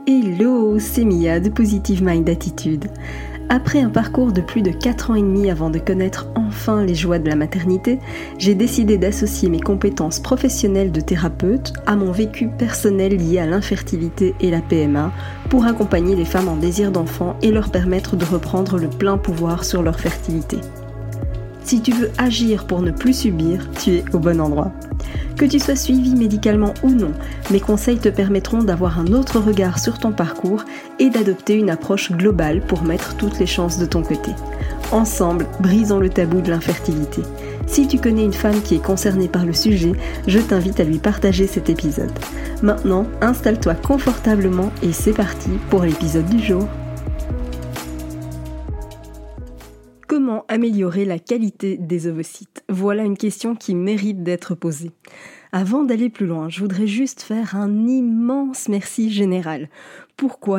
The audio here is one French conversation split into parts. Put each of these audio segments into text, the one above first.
Hello, c'est Mia de Positive Mind Attitude. Après un parcours de plus de 4 ans et demi avant de connaître enfin les joies de la maternité, j'ai décidé d'associer mes compétences professionnelles de thérapeute à mon vécu personnel lié à l'infertilité et la PMA pour accompagner les femmes en désir d'enfant et leur permettre de reprendre le plein pouvoir sur leur fertilité. Si tu veux agir pour ne plus subir, tu es au bon endroit. Que tu sois suivi médicalement ou non, mes conseils te permettront d'avoir un autre regard sur ton parcours et d'adopter une approche globale pour mettre toutes les chances de ton côté. Ensemble, brisons le tabou de l'infertilité. Si tu connais une femme qui est concernée par le sujet, je t'invite à lui partager cet épisode. Maintenant, installe-toi confortablement et c'est parti pour l'épisode du jour. Comment améliorer la qualité des ovocytes ? Voilà une question qui mérite d'être posée. Avant d'aller plus loin, je voudrais juste faire un immense merci général. Pourquoi ?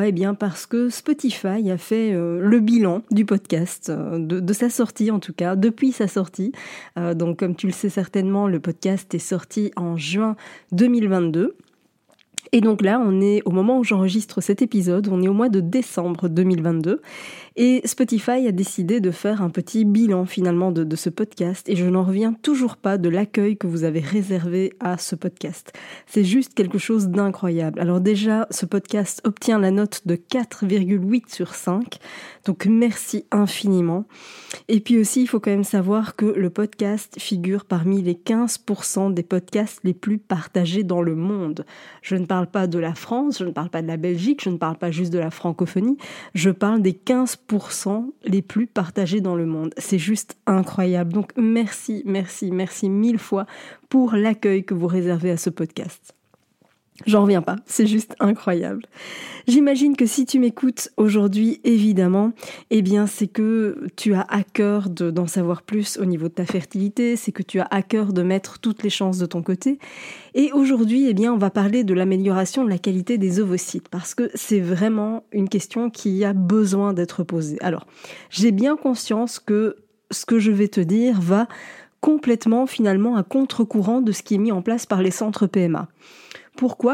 Parce que Spotify a fait le bilan du podcast, de sa sortie en tout cas, depuis sa sortie. Donc comme tu le sais certainement, le podcast est sorti en juin 2022. Et donc là, on est au moment où j'enregistre cet épisode, on est au mois de décembre 2022 et Spotify a décidé de faire un petit bilan finalement de ce podcast et je n'en reviens toujours pas de l'accueil que vous avez réservé à ce podcast. C'est juste quelque chose d'incroyable. Alors déjà, ce podcast obtient la note de 4,8 sur 5, donc merci infiniment. Et puis aussi, il faut quand même savoir que le podcast figure parmi les 15% des podcasts les plus partagés dans le monde. Je ne parle pas de la France, je ne parle pas de la Belgique, je ne parle pas juste de la francophonie, je parle des 15% les plus partagés dans le monde. C'est juste incroyable. Donc merci mille fois pour l'accueil que vous réservez à ce podcast. J'en reviens pas, c'est juste incroyable. J'imagine que si tu m'écoutes aujourd'hui, évidemment, c'est que tu as à cœur d'en savoir plus au niveau de ta fertilité, c'est que tu as à cœur de mettre toutes les chances de ton côté. Et aujourd'hui, on va parler de l'amélioration de la qualité des ovocytes, parce que c'est vraiment une question qui a besoin d'être posée. Alors, j'ai bien conscience que ce que je vais te dire va complètement, finalement, à contre-courant de ce qui est mis en place par les centres PMA. Pourquoi ?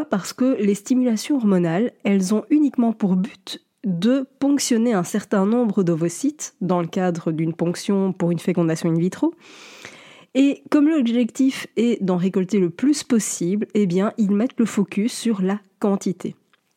Parce que les stimulations hormonales, elles ont uniquement pour but de ponctionner un certain nombre d'ovocytes dans le cadre d'une ponction pour une fécondation in vitro. Et comme l'objectif est d'en récolter le plus possible, ils mettent le focus sur la quantité.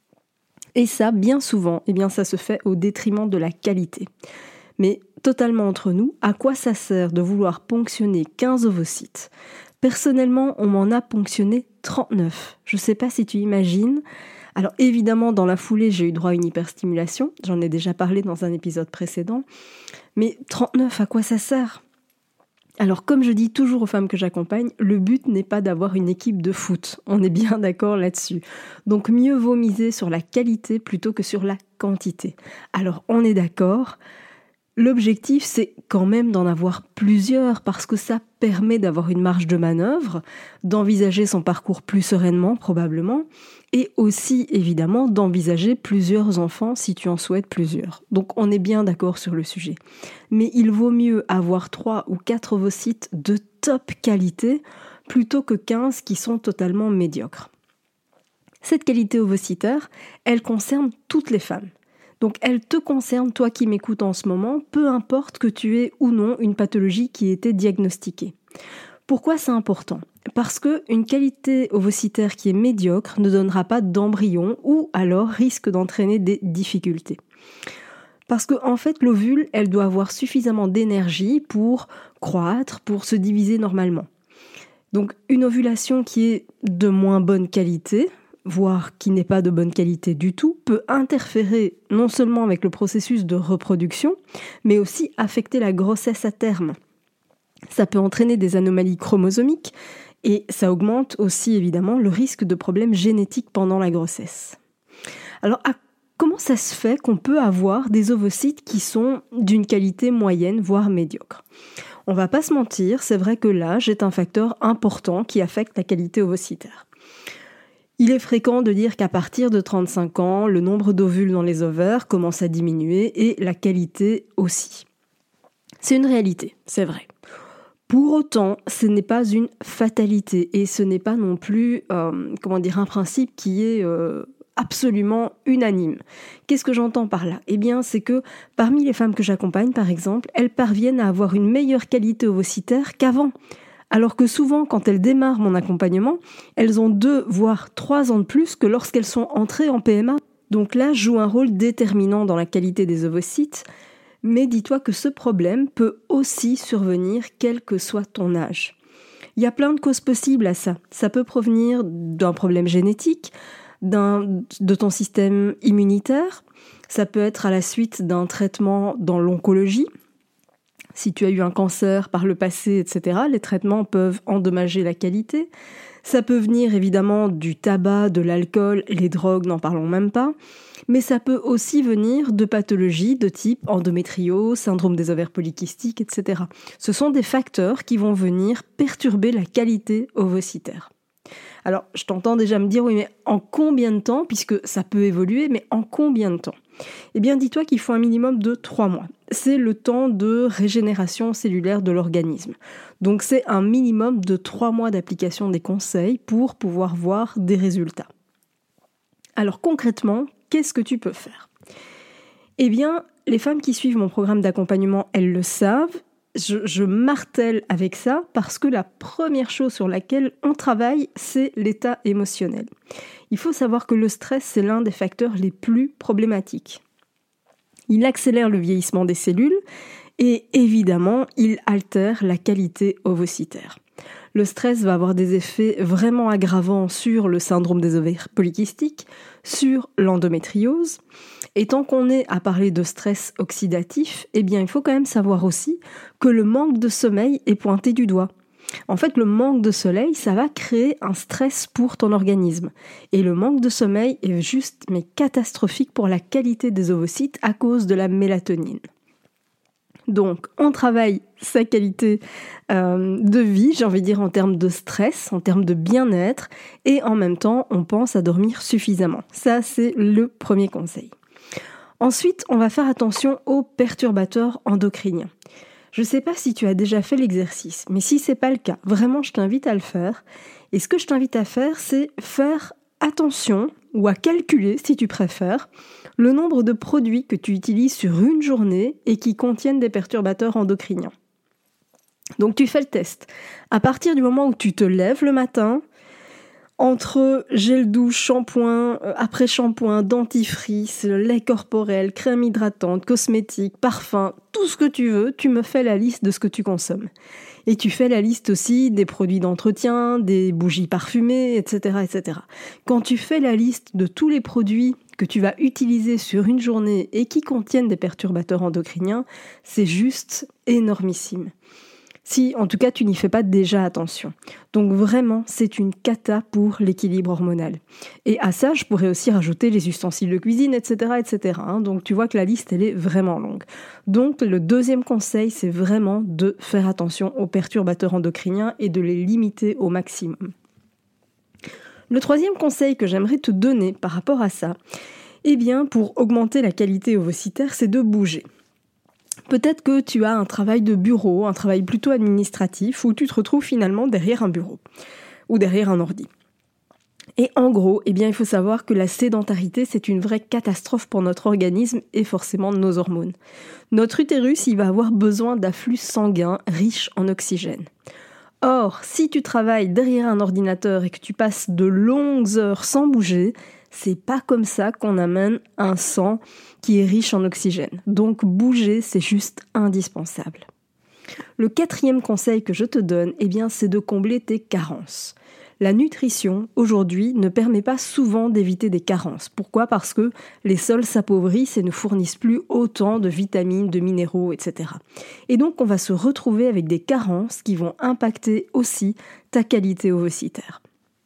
Et ça, bien souvent, ça se fait au détriment de la qualité. Mais totalement entre nous, à quoi ça sert de vouloir ponctionner 15 ovocytes ? Personnellement, on m'en a ponctionné 39. Je ne sais pas si tu imagines. Alors évidemment, dans la foulée, j'ai eu droit à une hyperstimulation. J'en ai déjà parlé dans un épisode précédent. Mais 39, à quoi ça sert ? Alors comme je dis toujours aux femmes que j'accompagne, le but n'est pas d'avoir une équipe de foot. On est bien d'accord là-dessus. Donc mieux vaut miser sur la qualité plutôt que sur la quantité. Alors on est d'accord. L'objectif, c'est quand même d'en avoir plusieurs parce que ça permet d'avoir une marge de manœuvre, d'envisager son parcours plus sereinement probablement et aussi évidemment d'envisager plusieurs enfants si tu en souhaites plusieurs. Donc on est bien d'accord sur le sujet. Mais il vaut mieux avoir 3 ou 4 ovocytes de top qualité plutôt que 15 qui sont totalement médiocres. Cette qualité ovocytaire, elle concerne toutes les femmes. Donc elle te concerne, toi qui m'écoutes en ce moment, peu importe que tu aies ou non une pathologie qui ait été diagnostiquée. Pourquoi c'est important ? Parce qu'une qualité ovocytaire qui est médiocre ne donnera pas d'embryon ou alors risque d'entraîner des difficultés. Parce qu'en fait, l'ovule, elle doit avoir suffisamment d'énergie pour croître, pour se diviser normalement. Donc une ovulation qui est de moins bonne qualité, voire qui n'est pas de bonne qualité du tout, peut interférer non seulement avec le processus de reproduction, mais aussi affecter la grossesse à terme. Ça peut entraîner des anomalies chromosomiques et ça augmente aussi évidemment le risque de problèmes génétiques pendant la grossesse. Alors comment ça se fait qu'on peut avoir des ovocytes qui sont d'une qualité moyenne, voire médiocre ? On va pas se mentir, c'est vrai que l'âge est un facteur important qui affecte la qualité ovocytaire. Il est fréquent de dire qu'à partir de 35 ans, le nombre d'ovules dans les ovaires commence à diminuer et la qualité aussi. C'est une réalité, c'est vrai. Pour autant, ce n'est pas une fatalité et ce n'est pas non plus un principe qui est absolument unanime. Qu'est-ce que j'entends par là ? Eh bien, c'est que parmi les femmes que j'accompagne, par exemple, elles parviennent à avoir une meilleure qualité ovocitaire qu'avant. Alors que souvent, quand elles démarrent mon accompagnement, elles ont 2 voire 3 ans de plus que lorsqu'elles sont entrées en PMA. Donc là, joue un rôle déterminant dans la qualité des ovocytes, mais dis-toi que ce problème peut aussi survenir quel que soit ton âge. Il y a plein de causes possibles à ça. Ça peut provenir d'un problème génétique, de ton système immunitaire, ça peut être à la suite d'un traitement dans l'oncologie. Si tu as eu un cancer par le passé, etc., les traitements peuvent endommager la qualité. Ça peut venir évidemment du tabac, de l'alcool, les drogues, n'en parlons même pas. Mais ça peut aussi venir de pathologies de type endométriose, syndrome des ovaires polykystiques, etc. Ce sont des facteurs qui vont venir perturber la qualité ovocitaire. Alors, je t'entends déjà me dire, oui, mais en combien de temps, puisque ça peut évoluer, mais en combien de temps ? Eh bien, dis-toi qu'il faut un minimum de 3 mois. C'est le temps de régénération cellulaire de l'organisme. Donc, c'est un minimum de 3 mois d'application des conseils pour pouvoir voir des résultats. Alors, concrètement, qu'est-ce que tu peux faire ? Eh bien, les femmes qui suivent mon programme d'accompagnement, elles le savent. Je martèle avec ça parce que la première chose sur laquelle on travaille, c'est l'état émotionnel. Il faut savoir que le stress, c'est l'un des facteurs les plus problématiques. Il accélère le vieillissement des cellules et évidemment, il altère la qualité ovocitaire. Le stress va avoir des effets vraiment aggravants sur le syndrome des ovaires polykystiques, sur l'endométriose. Et tant qu'on est à parler de stress oxydatif, eh bien, il faut quand même savoir aussi que le manque de sommeil est pointé du doigt. En fait, le manque de sommeil, ça va créer un stress pour ton organisme. Et le manque de sommeil est juste catastrophique pour la qualité des ovocytes à cause de la mélatonine. Donc, on travaille sa qualité de vie, j'ai envie de dire en termes de stress, en termes de bien-être, et en même temps, on pense à dormir suffisamment. Ça, c'est le premier conseil. Ensuite, on va faire attention aux perturbateurs endocriniens. Je ne sais pas si tu as déjà fait l'exercice, mais si ce n'est pas le cas, vraiment, je t'invite à le faire. Et ce que je t'invite à faire, c'est faire attention, ou à calculer, si tu préfères, le nombre de produits que tu utilises sur une journée et qui contiennent des perturbateurs endocriniens. Donc tu fais le test. À partir du moment où tu te lèves le matin, entre gel douche, shampoing, après-shampoing, dentifrice, lait corporel, crème hydratante, cosmétique, parfum, tout ce que tu veux, tu me fais la liste de ce que tu consommes. Et tu fais la liste aussi des produits d'entretien, des bougies parfumées, etc., etc. Quand tu fais la liste de tous les produits que tu vas utiliser sur une journée et qui contiennent des perturbateurs endocriniens, c'est juste énormissime. Si, en tout cas, tu n'y fais pas déjà attention. Donc vraiment, c'est une cata pour l'équilibre hormonal. Et à ça, je pourrais aussi rajouter les ustensiles de cuisine, etc., etc. Donc tu vois que la liste, elle est vraiment longue. Donc le deuxième conseil, c'est vraiment de faire attention aux perturbateurs endocriniens et de les limiter au maximum. Le troisième conseil que j'aimerais te donner par rapport à ça, eh bien, pour augmenter la qualité ovocitaire, c'est de bouger. Peut-être que tu as un travail de bureau, un travail plutôt administratif, où tu te retrouves finalement derrière un bureau ou derrière un ordi. Et en gros, eh bien, il faut savoir que la sédentarité, c'est une vraie catastrophe pour notre organisme et forcément nos hormones. Notre utérus, il va avoir besoin d'afflux sanguin riche en oxygène. Or, si tu travailles derrière un ordinateur et que tu passes de longues heures sans bouger, c'est pas comme ça qu'on amène un sang qui est riche en oxygène. Donc bouger, c'est juste indispensable. Le quatrième conseil que je te donne, eh bien, c'est de combler tes carences. La nutrition, aujourd'hui, ne permet pas souvent d'éviter des carences. Pourquoi ? Parce que les sols s'appauvrissent et ne fournissent plus autant de vitamines, de minéraux, etc. Et donc, on va se retrouver avec des carences qui vont impacter aussi ta qualité ovocitaire.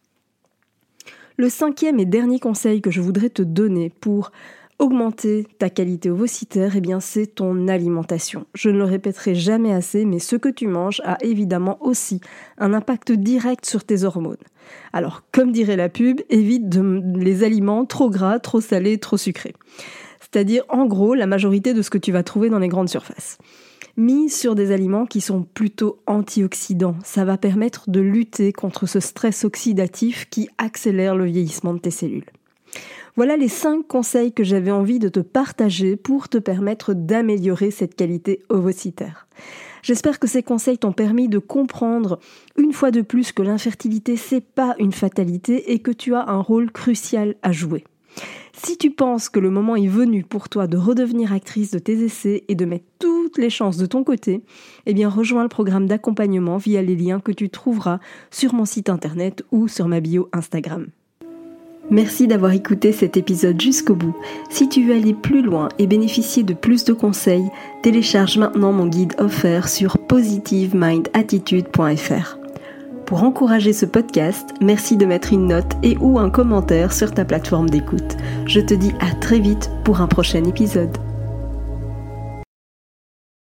Le cinquième et dernier conseil que je voudrais te donner pour augmenter ta qualité ovocitaire, eh bien, c'est ton alimentation. Je ne le répéterai jamais assez, mais ce que tu manges a évidemment aussi un impact direct sur tes hormones. Alors, comme dirait la pub, évite les aliments trop gras, trop salés, trop sucrés. C'est-à-dire, en gros, la majorité de ce que tu vas trouver dans les grandes surfaces. Mise sur des aliments qui sont plutôt antioxydants. Ça va permettre de lutter contre ce stress oxydatif qui accélère le vieillissement de tes cellules. Voilà les 5 conseils que j'avais envie de te partager pour te permettre d'améliorer cette qualité ovocytaire. J'espère que ces conseils t'ont permis de comprendre une fois de plus que l'infertilité, c'est pas une fatalité et que tu as un rôle crucial à jouer. Si tu penses que le moment est venu pour toi de redevenir actrice de tes essais et de mettre toutes les chances de ton côté, eh bien rejoins le programme d'accompagnement via les liens que tu trouveras sur mon site internet ou sur ma bio Instagram. Merci d'avoir écouté cet épisode jusqu'au bout. Si tu veux aller plus loin et bénéficier de plus de conseils, télécharge maintenant mon guide offert sur positivemindattitude.fr. Pour encourager ce podcast, merci de mettre une note et ou un commentaire sur ta plateforme d'écoute. Je te dis à très vite pour un prochain épisode.